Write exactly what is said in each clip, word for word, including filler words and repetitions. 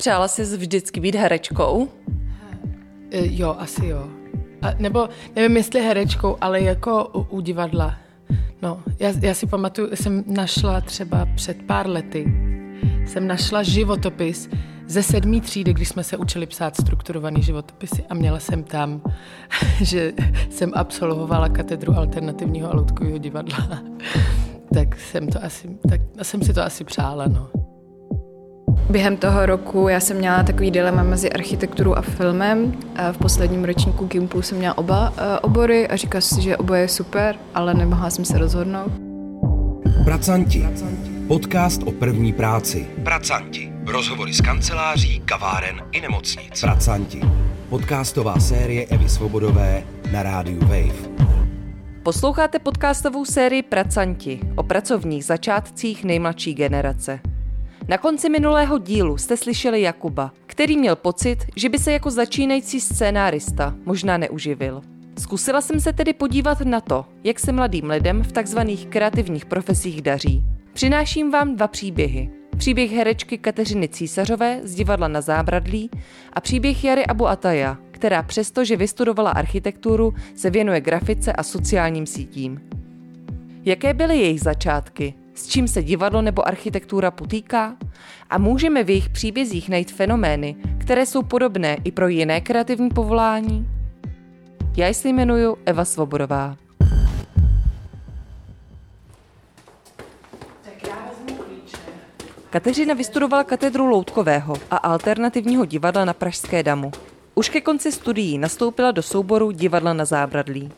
Přála jsi vždycky být herečkou? Jo, asi jo. A, nebo nevím, jestli herečkou, ale jako u, u divadla. No, já, já si pamatuju, jsem našla třeba před pár lety, jsem našla životopis ze sedmý třídy, když jsme se učili psát strukturovaný životopisy a měla jsem tam, že jsem absolvovala katedru alternativního a loutkového divadla. tak jsem to asi, tak jsem si to asi přála, no. Během toho roku já jsem měla takový dilema mezi architekturou a filmem. V posledním ročníku Gimplu jsem měla oba obory a říkala si, že oboje je super, ale nemohla jsem se rozhodnout. Pracanti. Podcast o první práci. Pracanti. Rozhovory z kanceláří, kaváren i nemocnic. Pracanti. Podcastová série Evy Svobodové na rádiu Wave. Posloucháte podcastovou sérii Pracanti o pracovních začátcích nejmladší generace. Na konci minulého dílu jste slyšeli Jakuba, který měl pocit, že by se jako začínající scénárista možná neuživil. Zkusila jsem se tedy podívat na to, jak se mladým lidem v takzvaných kreativních profesích daří. Přináším vám dva příběhy. Příběh herečky Kateřiny Císařové z divadla Na Zábradlí a příběh Jary Abu Ataja, která přestože vystudovala architekturu, se věnuje grafice a sociálním sítím. Jaké byly jejich začátky? S čím se divadlo nebo architektura potýká? A můžeme v jejich příbězích najít fenomény, které jsou podobné i pro jiné kreativní povolání? Já se jmenuji Eva Svobodová. Kateřina vystudovala katedru loutkového a alternativního divadla na Pražské Damu. Už ke konci studií nastoupila do souboru Divadla Na Zábradlí.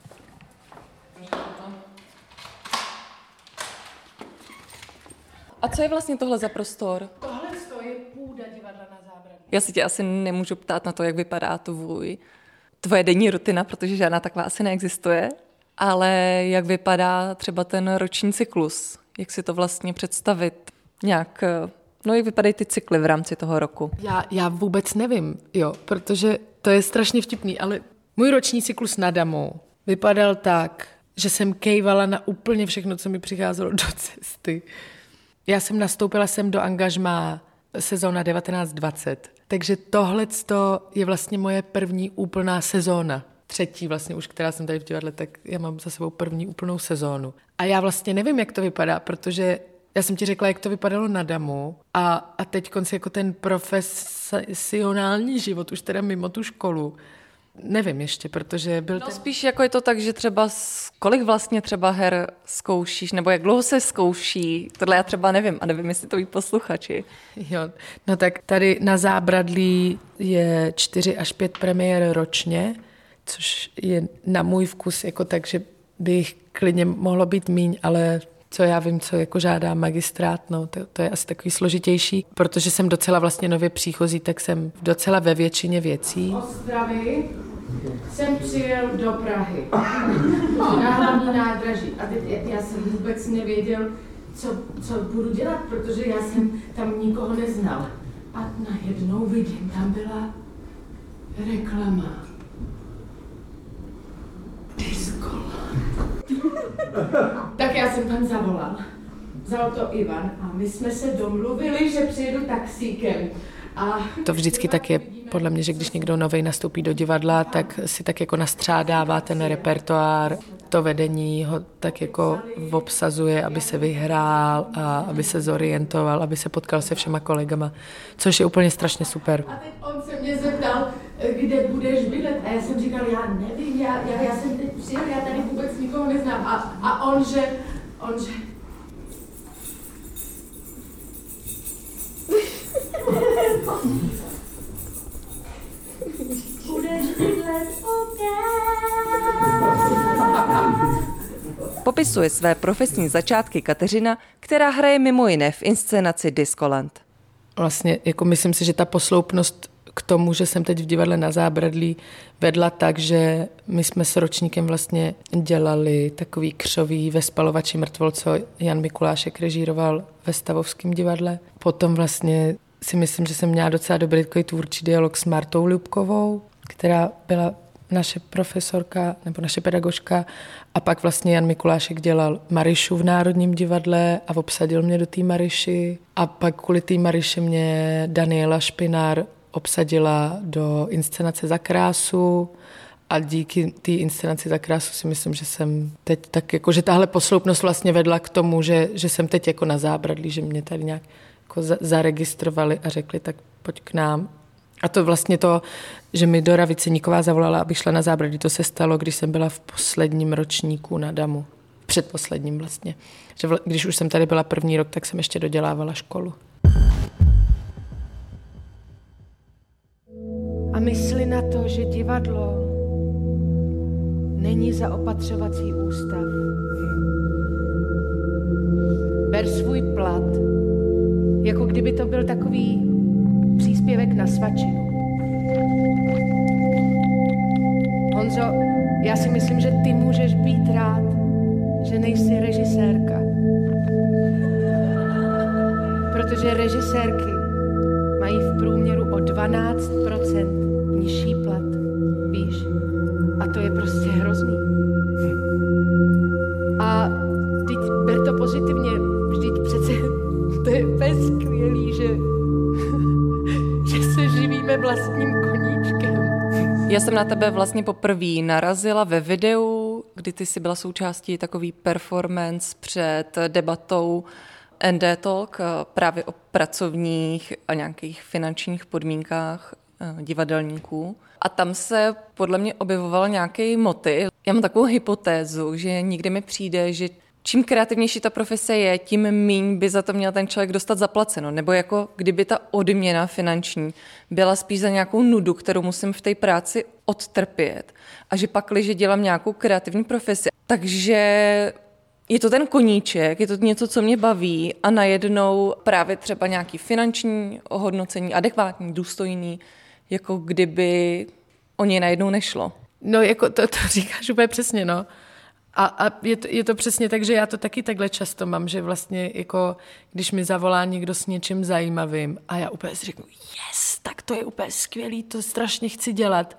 A co je vlastně tohle za prostor? Tohle je půda Divadla Na Zábradlí. Já si tě asi nemůžu ptát na to, jak vypadá tvůj, tvoje denní rutina, protože žádná taková asi neexistuje. Ale jak vypadá třeba ten roční cyklus? Jak si to vlastně představit? Nějak, no jak vypadají ty cykly v rámci toho roku? Já, já vůbec nevím, jo, protože to je strašně vtipný, ale můj roční cyklus na Damu vypadal tak, že jsem kejvala na úplně všechno, co mi přicházelo do cesty. Já jsem nastoupila sem do angažmá sezóna devatenáct dvacet, takže tohleto je vlastně moje první úplná sezóna. Třetí vlastně už, která jsem tady v divadle, tak já mám za sebou první úplnou sezónu. A já vlastně nevím, jak to vypadá, protože já jsem ti řekla, jak to vypadalo na Damu a, a teď konci jako ten profesionální život, už teda mimo tu školu, nevím ještě, protože byl No ten... spíš jako je to tak, že třeba kolik vlastně třeba her zkoušíš, nebo jak dlouho se zkouší, tohle já třeba nevím a nevím, jestli to ví posluchači. Jo, no tak tady Na Zábradlí je čtyři až pět premiér ročně, což je na můj vkus jako tak, že bych klidně mohlo být míň, ale co já vím, co jako žádá magistrát, no to, to je asi takový složitější, protože jsem docela vlastně nově příchozí, tak jsem docela ve většině věcí. Ostravy jsem přijel do Prahy na hlavní nádraží a teď já jsem vůbec nevěděl, co, co budu dělat, protože já jsem tam nikoho neznal. A najednou vidím, tam byla reklama. Discoland. Tak já jsem tam zavolal. Vzal to Ivan a my jsme se domluvili, že přijedu taxíkem. A to vždycky tak je, podle mě, že když někdo novej nastoupí do divadla, tak si tak jako nastřádává ten repertoár, to vedení ho tak jako obsazuje, aby se vyhrál a aby se zorientoval, aby se potkal se všema kolegama, což je úplně strašně super. A teď on se mě zeptal, kde budeš bydlet a já jsem říkal, já nevím, já, já, já jsem teď přijel, já tady vůbec nikoho neznám a, a on, že, on, že... Budeš bydlet u mě. Popisuje své profesní začátky Kateřina, která hraje mimo jiné v inscenaci Discoland. Vlastně jako myslím si, že ta posloupnost k tomu, že jsem teď v divadle Na Zábradlí vedla tak, že my jsme s ročníkem vlastně dělali takový křový ve spalovači mrtvol, co Jan Mikulášek režíroval ve Stavovském divadle. Potom vlastně si myslím, že jsem měla docela dobrý takový tvůrčí dialog s Martou Ľubkovou, která byla naše profesorka nebo naše pedagožka a pak vlastně Jan Mikulášek dělal Marišu v Národním divadle a obsadil mě do té Mariši a pak kvůli té Mariši mě Daniela Špinár obsadila do inscenace Za krásu a díky té inscenaci Za krásu si myslím, že jsem teď tak jako, že tahle posloupnost vlastně vedla k tomu, že, že jsem teď jako na zábradlí, že mě tady nějak jako za, zaregistrovali a řekli, tak pojď k nám. A to vlastně to, že mi Dora Viceníková zavolala, abych šla na zábradlí, to se stalo, když jsem byla v posledním ročníku na Damu. Předposledním vlastně. Že vl- když už jsem tady byla první rok, tak jsem ještě dodělávala školu. A mysli na to, že divadlo není zaopatřovací ústav. Ber svůj plat, jako kdyby to byl takový příspěvek na svačinu. Honzo, já si myslím, že ty můžeš být rád, že nejsi režisérka. Protože režisérky mají v průměru o dvanáct procent nižší plat, víš? A to je prostě hrozný. A teď ber to pozitivně, vždyť přece to je úplně skvělý, že, že se živíme vlastním koníčkem. Já jsem na tebe vlastně poprvé narazila ve videu, kdy ty jsi byla součástí takový performance před debatou N D Talk právě o pracovních a nějakých finančních podmínkách divadelníků. A tam se podle mě objevoval nějaký motiv. Já mám takovou hypotézu, že někdy mi přijde, že čím kreativnější ta profese je, tím míň by za to měl ten člověk dostat zaplaceno. Nebo jako kdyby ta odměna finanční byla spíš za nějakou nudu, kterou musím v té práci odtrpět. A že pak, když dělám nějakou kreativní profesi, takže je to ten koníček, je to něco, co mě baví a najednou právě třeba nějaký finanční ohodnocení, adekvátní, důstojný, jako kdyby o něj najednou nešlo. No, jako to, to říkáš úplně přesně, no. A, a je, to, je to přesně tak, že já to taky takhle často mám, že vlastně jako, když mi zavolá někdo s něčím zajímavým a já úplně si řeknu, yes, tak to je úplně skvělý, to strašně chci dělat.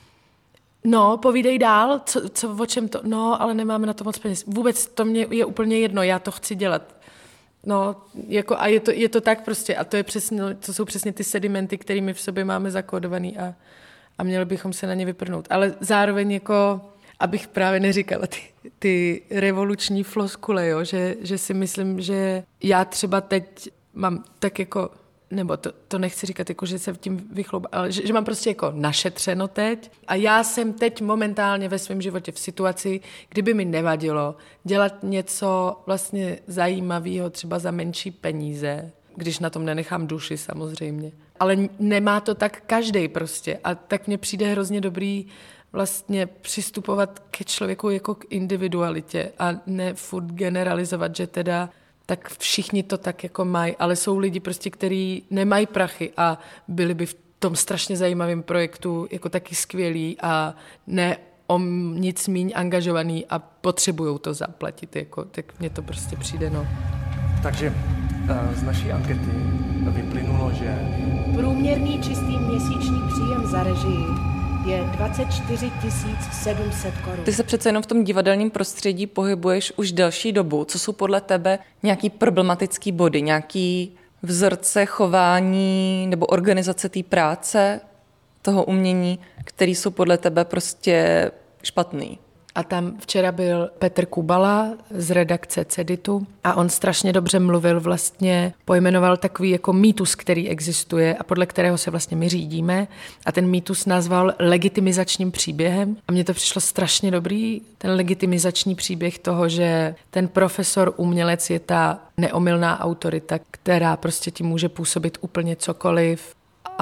No, povídej dál, co, co, o čem to, no, ale nemáme na to moc peněz. Vůbec to mě je úplně jedno, já to chci dělat. No, jako a je to, je to tak prostě a to je přesně, to jsou přesně ty sedimenty, kterými v sobě máme zakódovaný a, a měli bychom se na ně vyprnout. Ale zároveň jako, abych právě neříkala ty, ty revoluční floskule, jo, že, že si myslím, že já třeba teď mám tak jako, nebo to, to nechci říkat, jako, že se tím vychloubám, ale že, že mám prostě jako našetřeno teď a já jsem teď momentálně ve svém životě v situaci, kdyby mi nevadilo dělat něco vlastně zajímavého třeba za menší peníze, když na tom nenechám duši samozřejmě. Ale nemá to tak každej prostě a tak mně přijde hrozně dobrý vlastně přistupovat ke člověku jako k individualitě a ne furt generalizovat, že teda tak všichni to tak jako mají, ale jsou lidi prostě, kteří nemají prachy a byli by v tom strašně zajímavém projektu jako taky skvělí a ne o nic míň angažovaný a potřebujou to zaplatit, jako, tak mně to prostě přijde, no. Takže z naší ankety vyplynulo, že průměrný čistý měsíční příjem za režii je dvacet čtyři tisíc sedm set korun. Ty se přece jenom v tom divadelním prostředí pohybuješ už delší dobu. Co jsou podle tebe nějaký problematický body, nějaký vzorce chování nebo organizace té práce, toho umění, který jsou podle tebe prostě špatný? A tam včera byl Petr Kubala z redakce Ceditu a on strašně dobře mluvil vlastně, pojmenoval takový jako mýtus, který existuje a podle kterého se vlastně my řídíme a ten mýtus nazval legitimizačním příběhem a mně to přišlo strašně dobrý, ten legitimizační příběh toho, že ten profesor umělec je ta neomylná autorita, která prostě ti může působit úplně cokoliv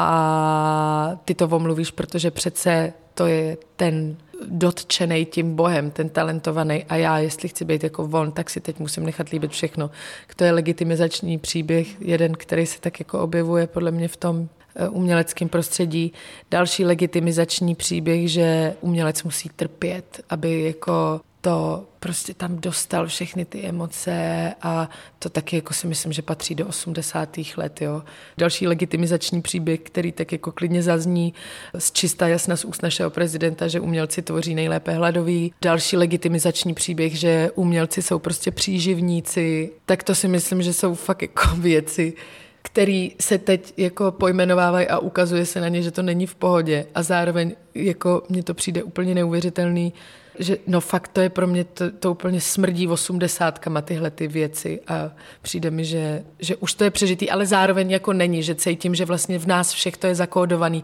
a ty to omluvíš, protože přece to je ten dotčenej tím bohem, ten talentovaný a já, jestli chci být jako on, tak si teď musím nechat líbit všechno. To je legitimizační příběh, jeden, který se tak jako objevuje podle mě v tom uměleckém prostředí. Další legitimizační příběh, že umělec musí trpět, aby jako to prostě tam dostal všechny ty emoce a to taky jako si myslím, že patří do osmdesátých let, jo. Další legitimizační příběh, který tak jako klidně zazní z čistá jasna z úst našeho prezidenta, že umělci tvoří nejlépe hladoví. Další legitimizační příběh, že umělci jsou prostě příživníci, tak to si myslím, že jsou fakt jako věci, který se teď jako pojmenovávají a ukazuje se na ně, že to není v pohodě a zároveň jako mně to přijde úplně neuvěřitelný, že no fakt to je pro mě, to, to úplně smrdí osmdesátkama tyhle ty věci a přijde mi, že, že už to je přežitý, ale zároveň jako není, že cítím, že vlastně v nás všech to je zakódovaný.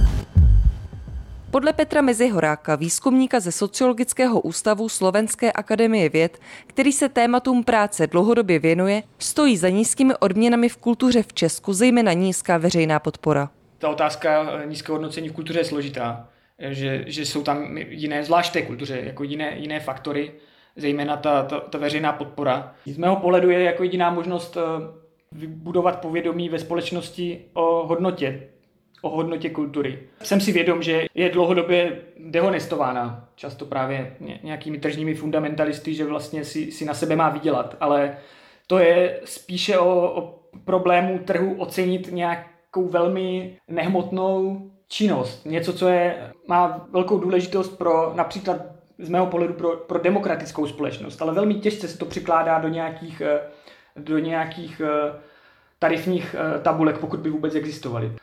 Podle Petra Mezihoráka, výzkumníka ze Sociologického ústavu Slovenské akademie věd, který se tématům práce dlouhodobě věnuje, stojí za nízkými odměnami v kultuře v Česku zejména nízká veřejná podpora. Ta otázka nízkého hodnocení v kultuře je složitá, že, že jsou tam jiné, zvlášť té kultuře, jako jiné, jiné faktory, zejména ta, ta, ta veřejná podpora. Z mého pohledu je jako jediná možnost vybudovat povědomí ve společnosti o hodnotě, o hodnotě kultury. Jsem si vědom, že je dlouhodobě dehonestována, často právě nějakými tržními fundamentalisty, že vlastně si, si na sebe má vydělat, ale to je spíše o, o problému trhu ocenit nějakou velmi nehmotnou činnost. Něco, co je, má velkou důležitost pro například z mého pohledu pro, pro demokratickou společnost, ale velmi těžce se to přikládá do nějakých, do nějakých tarifních tabulek, pokud by vůbec existovaly.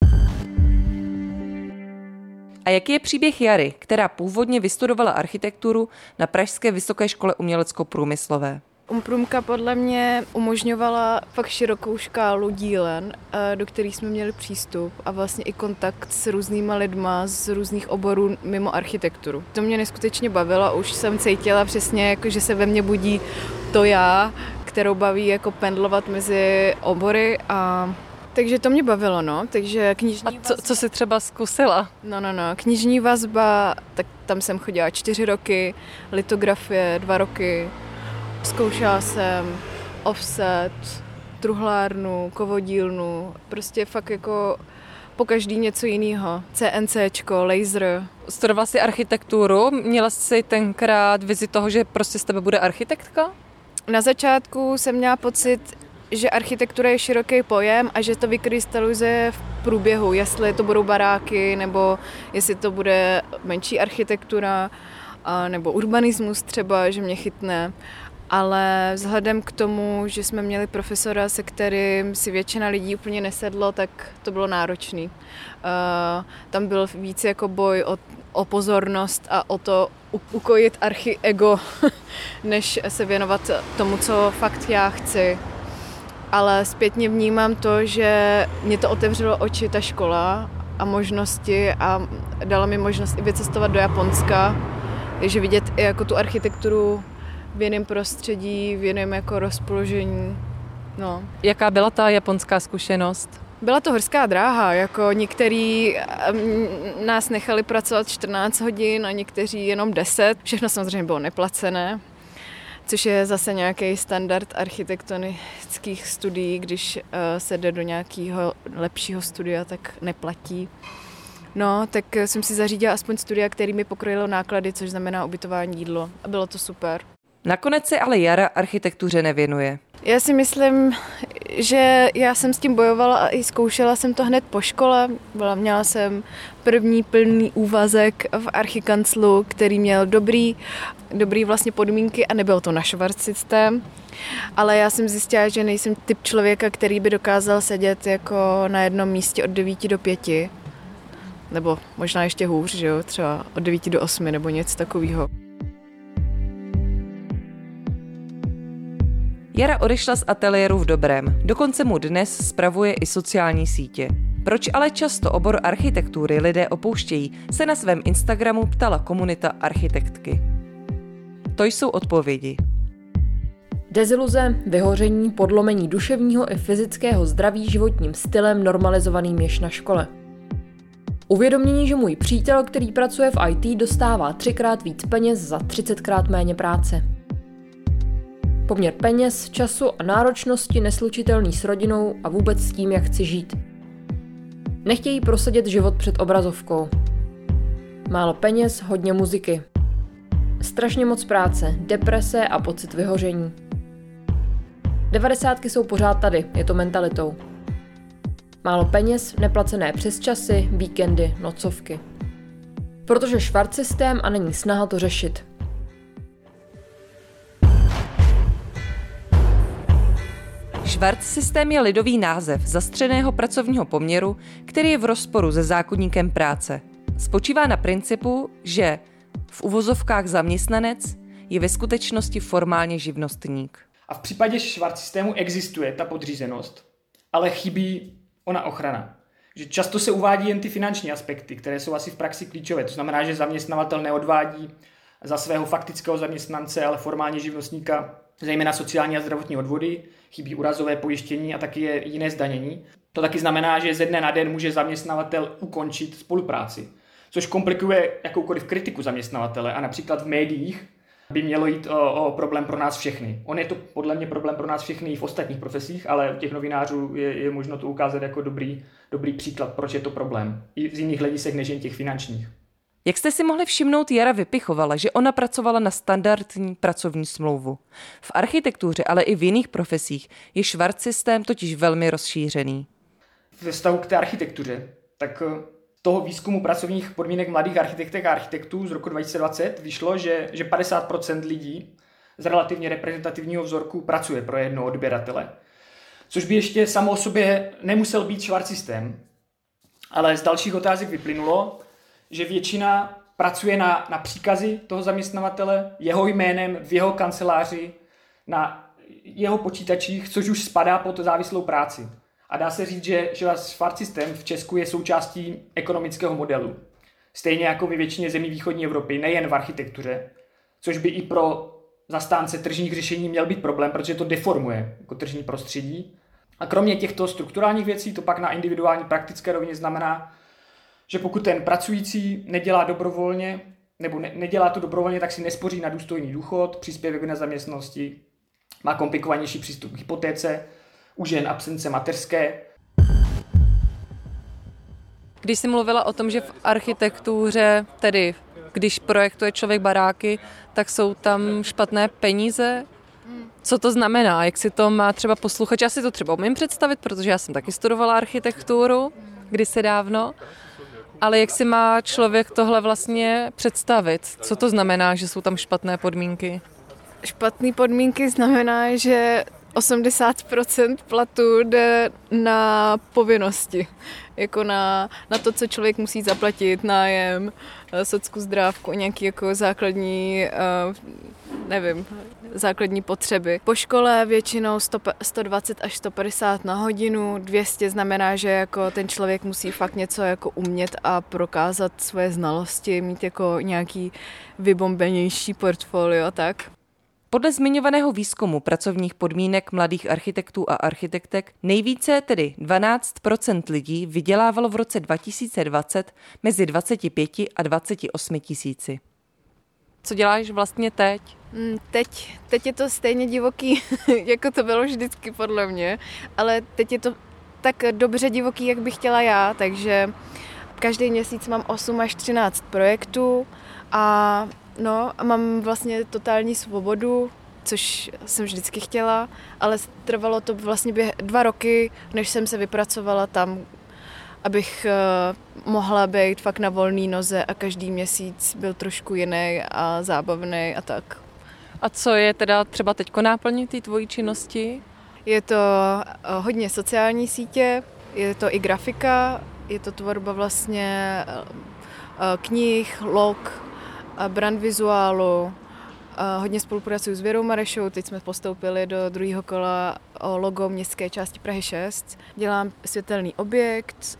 A jaký je příběh Jary, která původně vystudovala architekturu na Pražské vysoké škole umělecko-průmyslové? Umprumka podle mě umožňovala fakt širokou škálu dílen, do kterých jsme měli přístup a vlastně i kontakt s různýma lidma z různých oborů mimo architekturu. To mě neskutečně bavilo, už jsem cítila přesně, jako, že se ve mně budí to já, kterou baví jako pendlovat mezi obory a takže to mě bavilo, no, takže knižní A co, co jsi třeba zkusila? No, no, no, knižní vazba, tak tam jsem chodila čtyři roky, litografie dva roky, zkoušela jsem offset, truhlárnu, kovodílnu, prostě fakt jako po každý něco jiného. CNCčko, laser. Studovala jsi architekturu, měla jsi tenkrát vizi toho, že prostě z tebe bude architektka? Na začátku jsem měla pocit, že architektura je široký pojem a že to vykrystalizuje v průběhu, jestli to budou baráky, nebo jestli to bude menší architektura, nebo urbanismus třeba, že mě chytne. Ale vzhledem k tomu, že jsme měli profesora, se kterým si většina lidí úplně nesedlo, tak to bylo náročný. Tam byl víc jako boj o, o pozornost a o to ukojit archi-ego, než se věnovat tomu, co fakt já chci. Ale zpětně vnímám to, že mě to otevřelo oči ta škola a možnosti a dala mi možnost i vycestovat do Japonska, takže vidět i jako tu architekturu v jiném prostředí, v jiném jako rozpoložení. No. Jaká byla ta japonská zkušenost? Byla to horská dráha, jako některý nás nechali pracovat čtrnáct hodin a někteří jenom deset. Všechno samozřejmě bylo neplacené, což je zase nějaký standard architektonických studií, když se jde do nějakého lepšího studia, tak neplatí. No, tak jsem si zařídila aspoň studia, který mi pokrojilo náklady, což znamená ubytování, jídlo a bylo to super. Nakonec se ale Jara architektuře nevěnuje. Já si myslím, že já jsem s tím bojovala a i zkoušela jsem to hned po škole. Byla, měla jsem první plný úvazek v archikanclu, který měl dobrý, dobrý vlastně podmínky a nebyl to našvart systém. Ale já jsem zjistila, že nejsem typ člověka, který by dokázal sedět jako na jednom místě od devíti do pěti. Nebo možná ještě hůř, že jo, třeba od devíti do osmi nebo něco takového. Jara odešla z ateliéru v Dobrém, dokonce mu dnes spravuje i sociální sítě. Proč ale často obor architektury lidé opouštějí, se na svém Instagramu ptala komunita architektky. To jsou odpovědi. Deziluze, vyhoření, podlomení duševního i fyzického zdraví životním stylem normalizovaným již na škole. Uvědomění, že můj přítel, který pracuje v í té, dostává třikrát víc peněz za třicetkrát méně práce. Poměr peněz, času a náročnosti neslučitelný s rodinou a vůbec s tím, jak chci žít. Nechtějí prosadit život před obrazovkou. Málo peněz, hodně muziky. Strašně moc práce, deprese a pocit vyhoření. Devadesátky jsou pořád tady, je to mentalitou. Málo peněz, neplacené přesčasy, víkendy, nocovky. Protože švart systém a není snaha to řešit. Švart systém je lidový název zastřeného pracovního poměru, který je v rozporu se zákoníkem práce. Spočívá na principu, že v uvozovkách zaměstnanec je ve skutečnosti formálně živnostník. A v případě švart systému existuje ta podřízenost, ale chybí ona ochrana. Že často se uvádí jen ty finanční aspekty, které jsou asi v praxi klíčové. To znamená, že zaměstnavatel neodvádí za svého faktického zaměstnance, ale formálně živnostníka, zejména sociální a zdravotní odvody, chybí úrazové pojištění a taky je jiné zdanění. To taky znamená, že ze dne na den může zaměstnavatel ukončit spolupráci, což komplikuje jakoukoliv kritiku zaměstnavatele a například v médiích by mělo jít o, o problém pro nás všechny. On je to podle mě problém pro nás všechny i v ostatních profesích, ale u těch novinářů je, je možno to ukázat jako dobrý, dobrý příklad, proč je to problém. I z jiných hledisek než jen těch finančních. Jak jste si mohli všimnout, Jara vypichovala, že ona pracovala na standardní pracovní smlouvu. V architektuře, ale i v jiných profesích je švart systém totiž velmi rozšířený. Ve vztahu k té architektuře, tak toho výzkumu pracovních podmínek mladých architektek a architektů z roku dva tisíce dvacet vyšlo, že, že padesát procent lidí z relativně reprezentativního vzorku pracuje pro jednoho odběratele. Což by ještě samo o sobě nemusel být švart systém, ale z dalších otázek vyplynulo, že většina pracuje na, na příkazy toho zaměstnavatele, jeho jménem, v jeho kanceláři, na jeho počítačích, což už spadá pod závislou práci. A dá se říct, že, že švart systém v Česku je součástí ekonomického modelu. Stejně jako ve většině zemí východní Evropy, nejen v architektuře, což by i pro zastánce tržních řešení měl být problém, protože to deformuje jako tržní prostředí. A kromě těchto strukturálních věcí to pak na individuální praktické rovině znamená, že pokud ten pracující nedělá dobrovolně, nebo ne, nedělá to dobrovolně, tak si nespoří na důstojný důchod, příspěvek na zaměstnanosti, má komplikovanější přístup k hypotéce, u žen absence mateřské. Když jsi mluvila o tom, že v architektuře, tedy když projektuje člověk baráky, tak jsou tam špatné peníze, co to znamená? Jak si to má třeba posluchač? Já si to třeba umím představit, protože já jsem taky studovala architekturu kdysi dávno. Ale jak si má člověk tohle vlastně představit? Co to znamená, že jsou tam špatné podmínky? Špatné podmínky znamená, že osmdesát procent platu jde na povinnosti. Jako na, na to, co člověk musí zaplatit, nájem, socku, zdrávku, nějaký jako základní, nevím, základní potřeby. Po škole většinou sto dvacet až sto padesát na hodinu, dvě stě znamená, že jako ten člověk musí fakt něco jako umět a prokázat svoje znalosti, mít jako nějaký vybombenější portfolio, tak. Podle zmiňovaného výzkumu pracovních podmínek mladých architektů a architektek nejvíce, tedy dvanáct procent lidí, vydělávalo v roce dva tisíce dvacet mezi dvacet pět a dvacet osm tisíci. Co děláš vlastně teď? Teď, teď je to stejně divoký, jako to bylo vždycky podle mě, ale teď je to tak dobře divoký, jak bych chtěla já, takže každý měsíc mám osm až třináct projektů a no, a mám vlastně totální svobodu, což jsem vždycky chtěla, ale trvalo to vlastně běh dva roky, než jsem se vypracovala tam, abych uh, mohla být fakt na volné noze a každý měsíc byl trošku jiný a zábavný a tak. A co je teda třeba teďko náplň té tvojí činnosti? Je to uh, hodně sociální sítě, je to i grafika, je to tvorba vlastně uh, knih, log, brand vizuálu, hodně spolupracuju s Věrou Marešou, teď jsme postoupili do druhého kola o logo městské části Prahy šest. Dělám světelný objekt.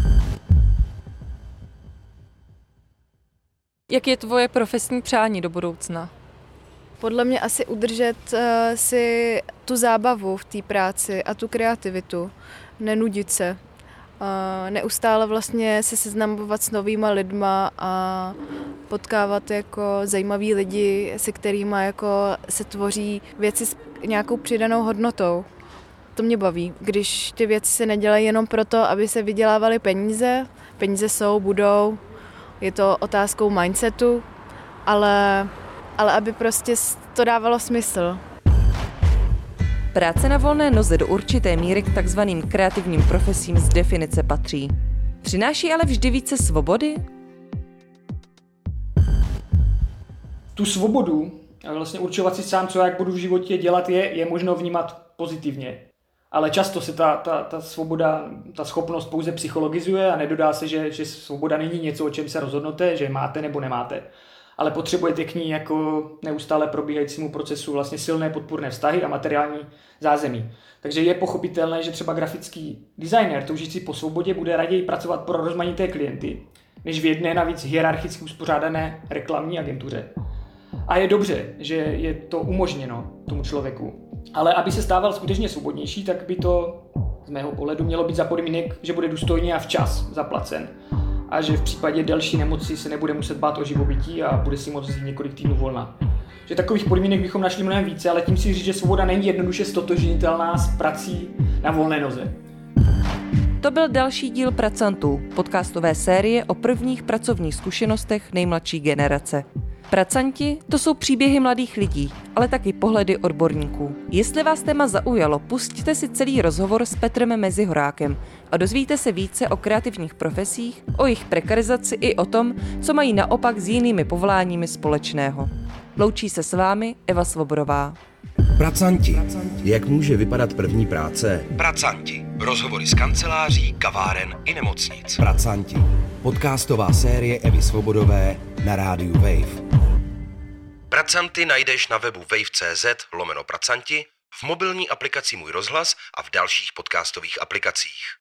Jak je tvoje profesní přání do budoucna? Podle mě asi udržet uh, si tu zábavu v té práci a tu kreativitu, nenudit se. Uh, neustále vlastně se seznamovat s novýma lidma a potkávat jako zajímavý lidi, se kterými jako se tvoří věci s nějakou přidanou hodnotou. To mě baví, když ty věci se nedělají jenom proto, aby se vydělávaly peníze. Peníze jsou, budou, je to otázkou mindsetu, ale, ale aby prostě to dávalo smysl. Práce na volné noze do určité míry k takzvaným kreativním profesím z definice patří. Přináší ale vždy více svobody? Tu svobodu, a vlastně určovat si sám, co jak budu v životě dělat, je, je možno vnímat pozitivně. Ale často se ta, ta, ta svoboda, ta schopnost pouze psychologizuje a nedodá se, že, že svoboda není něco, o čem se rozhodnete, že máte nebo nemáte. Ale potřebujete k ní jako neustále probíhajícímu procesu vlastně silné podpůrné vztahy a materiální zázemí. Takže je pochopitelné, že třeba grafický designer toužící po svobodě bude raději pracovat pro rozmanité klienty, než v jedné navíc hierarchicky uspořádané reklamní agentuře. A je dobře, že je to umožněno tomu člověku. Ale aby se stával skutečně svobodnější, tak by to z mého pohledu mělo být za podmínek, že bude důstojně a včas zaplacen. A že v případě delší nemoci se nebude muset bát o živobytí a bude si moct vzít několik týdnů volna. Že takových podmínek bychom našli mnohem více, ale tím si říct, že svoboda není jednoduše stotožnitelná s prací na volné noze. To byl další díl Pracantů, podcastové série o prvních pracovních zkušenostech nejmladší generace. Pracanti, to jsou příběhy mladých lidí, ale taky pohledy odborníků. Jestli vás téma zaujalo, pusťte si celý rozhovor s Petrem Mezihorákem a dozvíte se více o kreativních profesích, o jejich prekarizaci i o tom, co mají naopak s jinými povoláními společného. Loučí se s vámi Eva Svobodová. Pracanti. Jak může vypadat první práce? Pracanti. Rozhovory z kanceláří, kaváren i nemocnic. Pracanti. Podcastová série Evy Svobodové na rádiu Wave. Pracanty najdeš na webu wave.cz lomeno pracanti, v mobilní aplikaci Můj rozhlas a v dalších podcastových aplikacích.